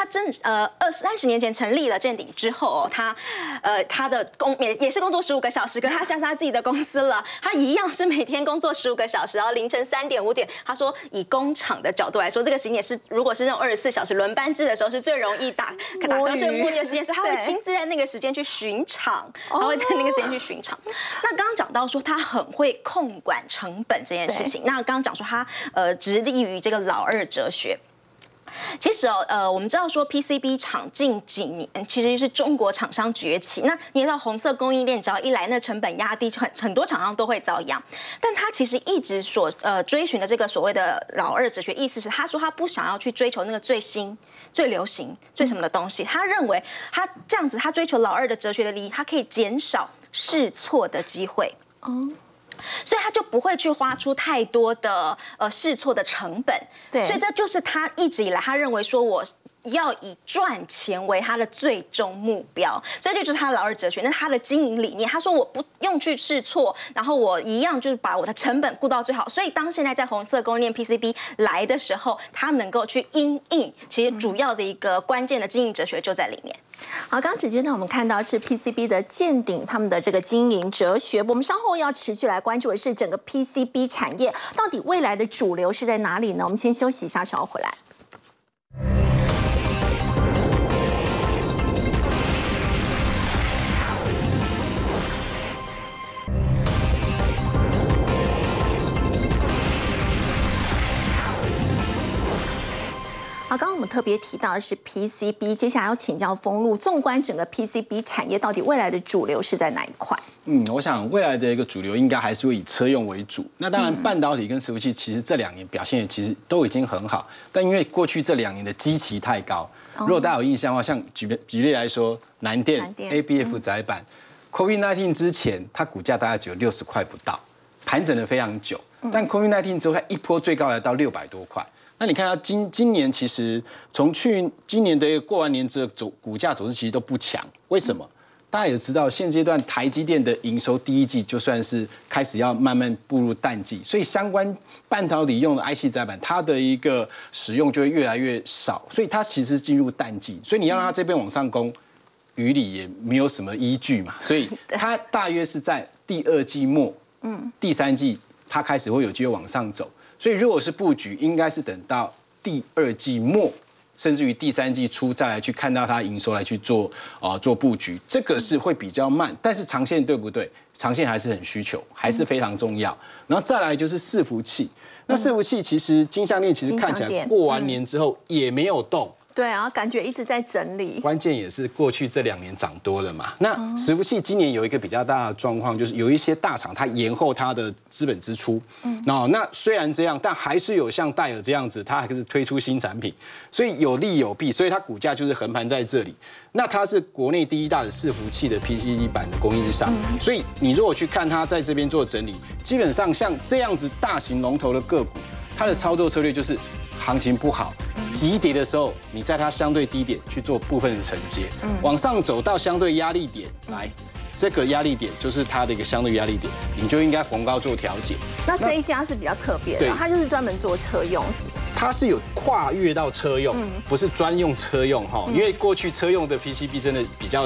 30年前成立了健鼎之后他的也是工作15个小时，可他像是他自己的公司了，他一样是每天工作15个小时，然后凌晨3点5点，他说以工厂的角度来说，这个行业是如果是那种24小时轮班制的时候，是最容易打瞌睡摸鱼的时间，所以他会亲自在那个时间去巡场，他会在那个时间去巡场。那刚刚讲到说他很会控管成本这件事情，那刚刚讲说他致力于这个老二哲学。其实我们知道说 PCB 厂近几年其实是中国厂商崛起，那你知道红色供应链只要一来，那成本压低，很多厂商都会遭殃。但他其实一直追寻的这个所谓的老二哲学，意思是他说他不想要去追求那个最新、最流行、最什么的东西。他认为他这样子，他追求老二的哲学的利益，他可以减少试错的机会。所以他就不会去花出太多的试错的成本，所以这就是他一直以来他认为说我要以赚钱为他的最终目标，所以这就是他的老二哲学，那是他的经营理念。他说我不用去试错，然后我一样就是把我的成本顾到最好。所以当现在在红色供应链 PCB 来的时候，他能够去因应，其实主要的一个关键的经营哲学就在里面。 好，刚刚直接呢，我们看到是 PCB 的健鼎他们的这个经营哲学。我们稍后要持续来关注的是整个 PCB 产业到底未来的主流是在哪里呢？我们先休息一下，稍后回来。好，刚刚我们特别提到的是 PCB， 接下来要请教丰禄，纵观整个 PCB 产业，到底未来的主流是在哪一块？ 我想未来的一个主流应该还是会以车用为主。那当然，半导体跟伺服器其实这2年表现其实都已经很好，但因为过去这2年的基期太高，如果大家有印象的话，像举例来说，南电 ABF 载板 ，COVID-19 之前它股价大概只有60块不到，盘整了非常久，但 COVID-19 之后它一波最高来到600多块。那你看到今年其实从今年的过完年之后股价走势其实都不强，为什么？大家也知道，现阶段台积电的营收第一季就算是开始要慢慢步入淡季，所以相关半导体用的 IC 载板，它的一个使用就会越来越少，所以它其实进入淡季，所以你要让它这边往上攻，于理也没有什么依据嘛，所以它大约是在第2季末，第3季它开始会有机会往上走。所以，如果是布局，应该是等到第2季末，甚至于第3季初再来去看到它营收来去做布局，这个是会比较慢。但是长线对不对？长线还是很需求，还是非常重要。然后再来就是伺服器，那伺服器其实金项链其实看起来过完年之后也没有动。 对啊，感觉一直在整理。 关键也是过去这2年涨多了嘛。那伺服器今年有一个比较大的状况，就是有一些大厂它延后它的资本支出。那虽然这样，但还是有像戴尔这样子，它还是推出新产品，所以有利有弊，所以它股价就是横盘在这里。那它是国内第1大的伺服器的 PCB 板的供应商，所以你如果去看它在这边做整理，基本上像这样子大型龙头的个股，它的操作策略就是行情不好，急跌的时候，你在它相对低点去做部分的承接，往上走到相对压力点来，这个压力点就是它的一个相对压力点，你就应该逢高做调节。 那这一家是比较特别的，它就是专门做车用， 它是有跨越到车用，不是专用车用哈，因为过去车用的 PCB 真的比较